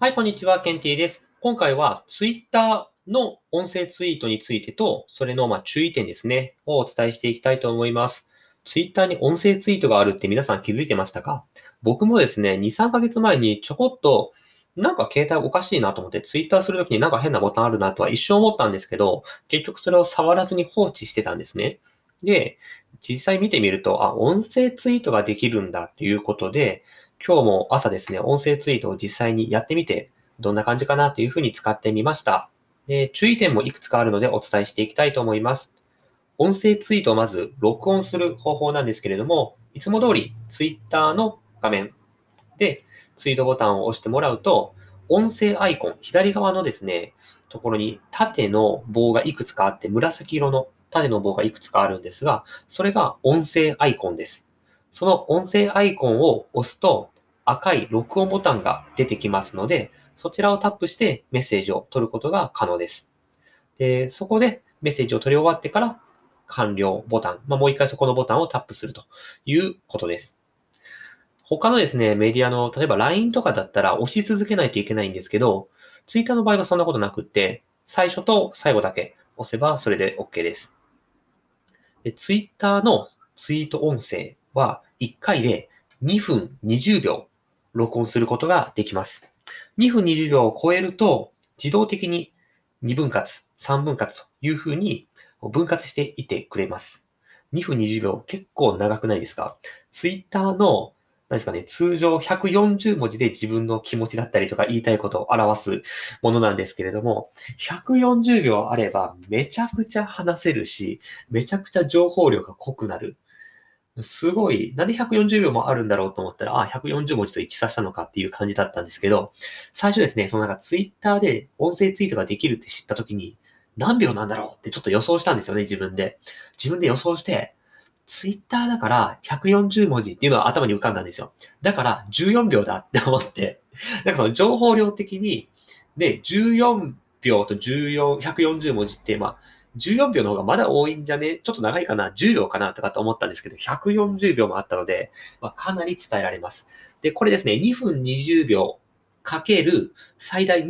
はい、こんにちは、ケンティです。今回は Twitter の音声ツイートについてと、それの注意点ですね、をお伝えしていきたいと思います。Twitter に音声ツイートがあるって皆さん気づいてましたか？僕もですね、2、3ヶ月前にちょこっと、なんか携帯おかしいなと思って、Twitter するときになんか変なボタンあるなとは一瞬思ったんですけど、結局それを触らずに放置してたんですね。で、実際見てみると、音声ツイートができるんだということで、今日も朝ですね、音声ツイートを実際にやってみて、どんな感じかなというふうに使ってみました。で、注意点もいくつかあるのでお伝えしていきたいと思います。音声ツイートをまず録音する方法なんですけれども、いつも通り Twitter の画面でツイートボタンを押してもらうと、音声アイコン、左側のですね、ところに縦の棒がいくつかあって、紫色の縦の棒がいくつかあるんですが、それが音声アイコンです。その音声アイコンを押すと、赤い録音ボタンが出てきますので、そちらをタップしてメッセージを取ることが可能です。で、そこでメッセージを取り終わってから完了ボタン、もう一回そこのボタンをタップするということです。他のですね、メディアの、例えば LINE とかだったら押し続けないといけないんですけど、Twitter の場合はそんなことなくって、最初と最後だけ押せばそれで OK です。で、Twitter のツイート音声は1回で2分20秒録音することができます。2分20秒を超えると自動的に2分割、3分割というふうに分割していってくれます。2分20秒結構長くないですか？ Twitter の何ですかね、通常140文字で自分の気持ちだったりとか言いたいことを表すものなんですけれども、140秒あればめちゃくちゃ話せるし、めちゃくちゃ情報量が濃くなる。すごい、なんで140秒もあるんだろうと思ったら、140文字と一致させたのかっていう感じだったんですけど、最初ですね、そのなんかツイッターで音声ツイートができるって知ったときに、何秒なんだろうってちょっと予想したんですよね、自分で。自分で予想して、ツイッターだから140文字っていうのは頭に浮かんだんですよ。だから14秒だって思って、なんかその情報量的に、で、14秒と14、140文字って、14秒の方がまだ多いんじゃね？ちょっと長いかな？ 10 秒かなとかと思ったんですけど、140秒もあったので、かなり伝えられます。で、これですね、2分20秒かける最大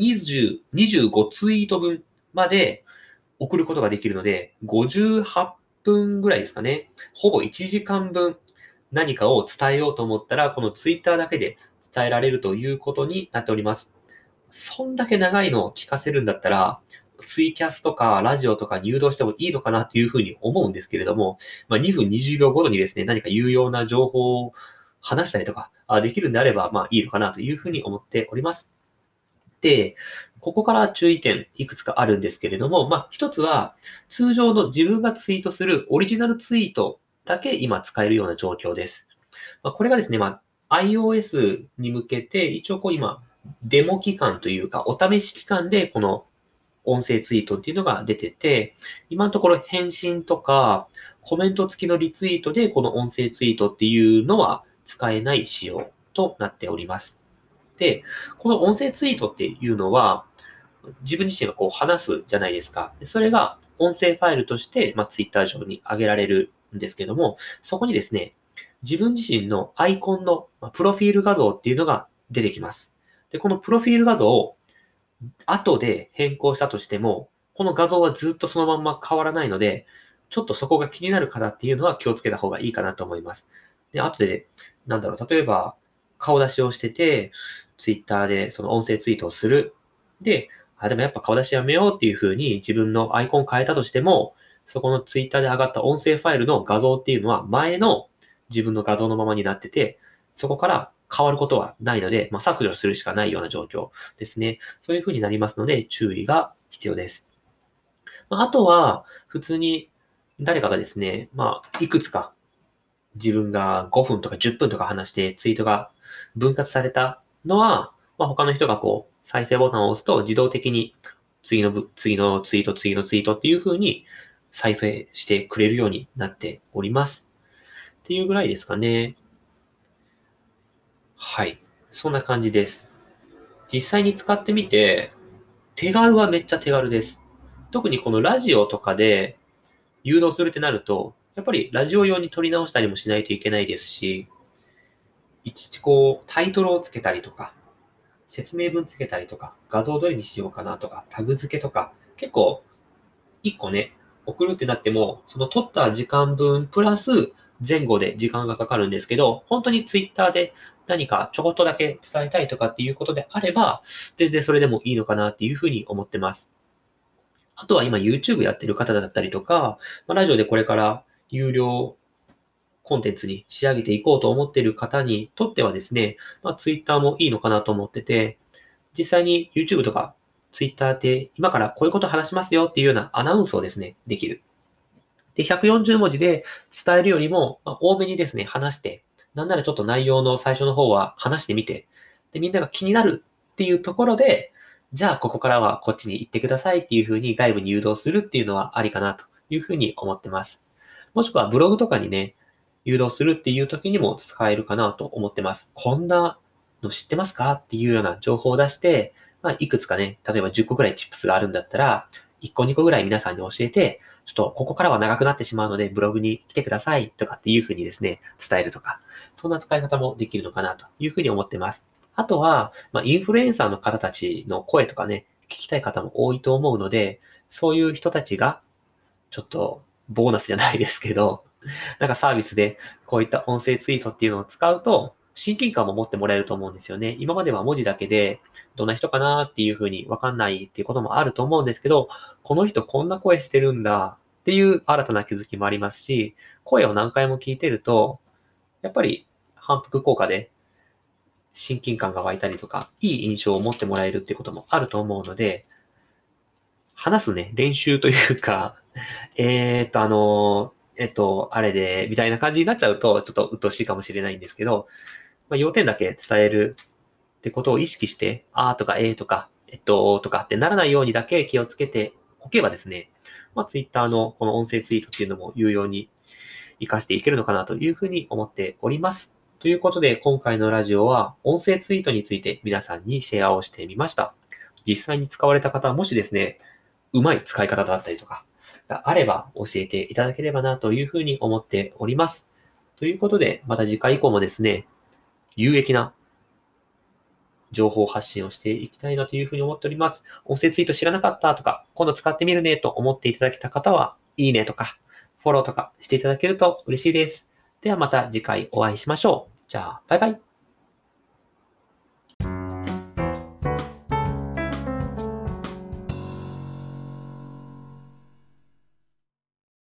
20、25ツイート分まで送ることができるので、58分ぐらいですかね。ほぼ1時間分何かを伝えようと思ったら、このツイッターだけで伝えられるということになっております。そんだけ長いのを聞かせるんだったら、ツイキャスとかラジオとかに誘導してもいいのかなというふうに思うんですけれども、2分20秒ごとにですね、何か有用な情報を話したりとかできるんであれば、いいのかなというふうに思っております。で、ここから注意点いくつかあるんですけれども、一つは通常の自分がツイートするオリジナルツイートだけ今使えるような状況です。これがですね、iOS に向けて一応今、デモ期間というか、お試し期間でこの音声ツイートっていうのが出てて、今のところ返信とか、コメント付きのリツイートでこの音声ツイートっていうのは使えない仕様となっております。で、この音声ツイートっていうのは、自分自身がこう話すじゃないですか。でそれが音声ファイルとして、ツイッター上に上げられるんですけども、そこにですね、自分自身のアイコンのプロフィール画像っていうのが出てきます。で、このプロフィール画像を後で変更したとしても、この画像はずっとそのまんま変わらないので、ちょっとそこが気になる方っていうのは気をつけた方がいいかなと思います。で、後で、例えば、顔出しをしてて、ツイッターでその音声ツイートをする。で、でもやっぱ顔出しやめようっていう風に自分のアイコン変えたとしても、そこのツイッターで上がった音声ファイルの画像っていうのは前の自分の画像のままになってて、そこから変わることはないので、削除するしかないような状況ですね。そういう風になりますので、注意が必要です。あとは、普通に誰かがですね、いくつか自分が5分とか10分とか話してツイートが分割されたのは、他の人がこう、再生ボタンを押すと自動的に次のツイート、次のツイートっていう風に再生してくれるようになっております。っていうぐらいですかね。はい。そんな感じです。実際に使ってみて、手軽はめっちゃ手軽です。特にこのラジオとかで誘導するってなると、やっぱりラジオ用に撮り直したりもしないといけないですし、いちいちこうタイトルをつけたりとか、 説明文つけたりとか、画像どれにしようかなとか、タグ付けとか、結構1個ね、送るってなっても、その取った時間分プラス前後で時間がかかるんですけど、本当にツイッターで何かちょこっとだけ伝えたいとかっていうことであれば、全然それでもいいのかなっていうふうに思ってます。あとは今 YouTube やってる方だったりとか、ラジオでこれから有料コンテンツに仕上げていこうと思っている方にとってはですね、Twitter もいいのかなと思ってて、実際に YouTube とか Twitter って今からこういうこと話しますよっていうようなアナウンスをですね、できる。で、140文字で伝えるよりも、多めにですね、話して、なんならちょっと内容の最初の方は話してみて、で、みんなが気になるっていうところで、じゃあここからはこっちに行ってくださいっていうふうに外部に誘導するっていうのはありかなというふうに思ってます。もしくはブログとかにね、誘導するっていう時にも使えるかなと思ってます。こんなの知ってますかっていうような情報を出して、いくつかね、例えば10個ぐらいチップスがあるんだったら、1個2個ぐらい皆さんに教えて、ちょっとここからは長くなってしまうのでブログに来てくださいとかっていうふうにですね、伝えるとか、そんな使い方もできるのかなというふうに思ってます。あとは、インフルエンサーの方たちの声とかね、聞きたい方も多いと思うので、そういう人たちが、ちょっと、ボーナスじゃないですけど、なんかサービスでこういった音声ツイートっていうのを使うと、親近感も持ってもらえると思うんですよね。今までは文字だけで、どんな人かなっていうふうにわかんないっていうこともあると思うんですけど、この人こんな声してるんだっていう新たな気づきもありますし、声を何回も聞いてると、やっぱり反復効果で親近感が湧いたりとか、いい印象を持ってもらえるっていうこともあると思うので、話すね、練習というか、あれで、みたいな感じになっちゃうと、ちょっと鬱陶しいかもしれないんですけど、要点だけ伝えるってことを意識して、あーとかとか、とかってならないようにだけ気をつけておけばですね、ツイッターのこの音声ツイートっていうのも有用に活かしていけるのかなというふうに思っております。ということで、今回のラジオは音声ツイートについて皆さんにシェアをしてみました。実際に使われた方、もしですね、うまい使い方だったりとか、があれば教えていただければなというふうに思っております。ということで、また次回以降もですね、有益な情報発信をしていきたいなというふうに思っております。音声ツイート知らなかったとか、今度使ってみるねと思っていただけた方は、いいねとか、フォローとかしていただけると嬉しいです。ではまた次回お会いしましょう。じゃあ、バイバイ。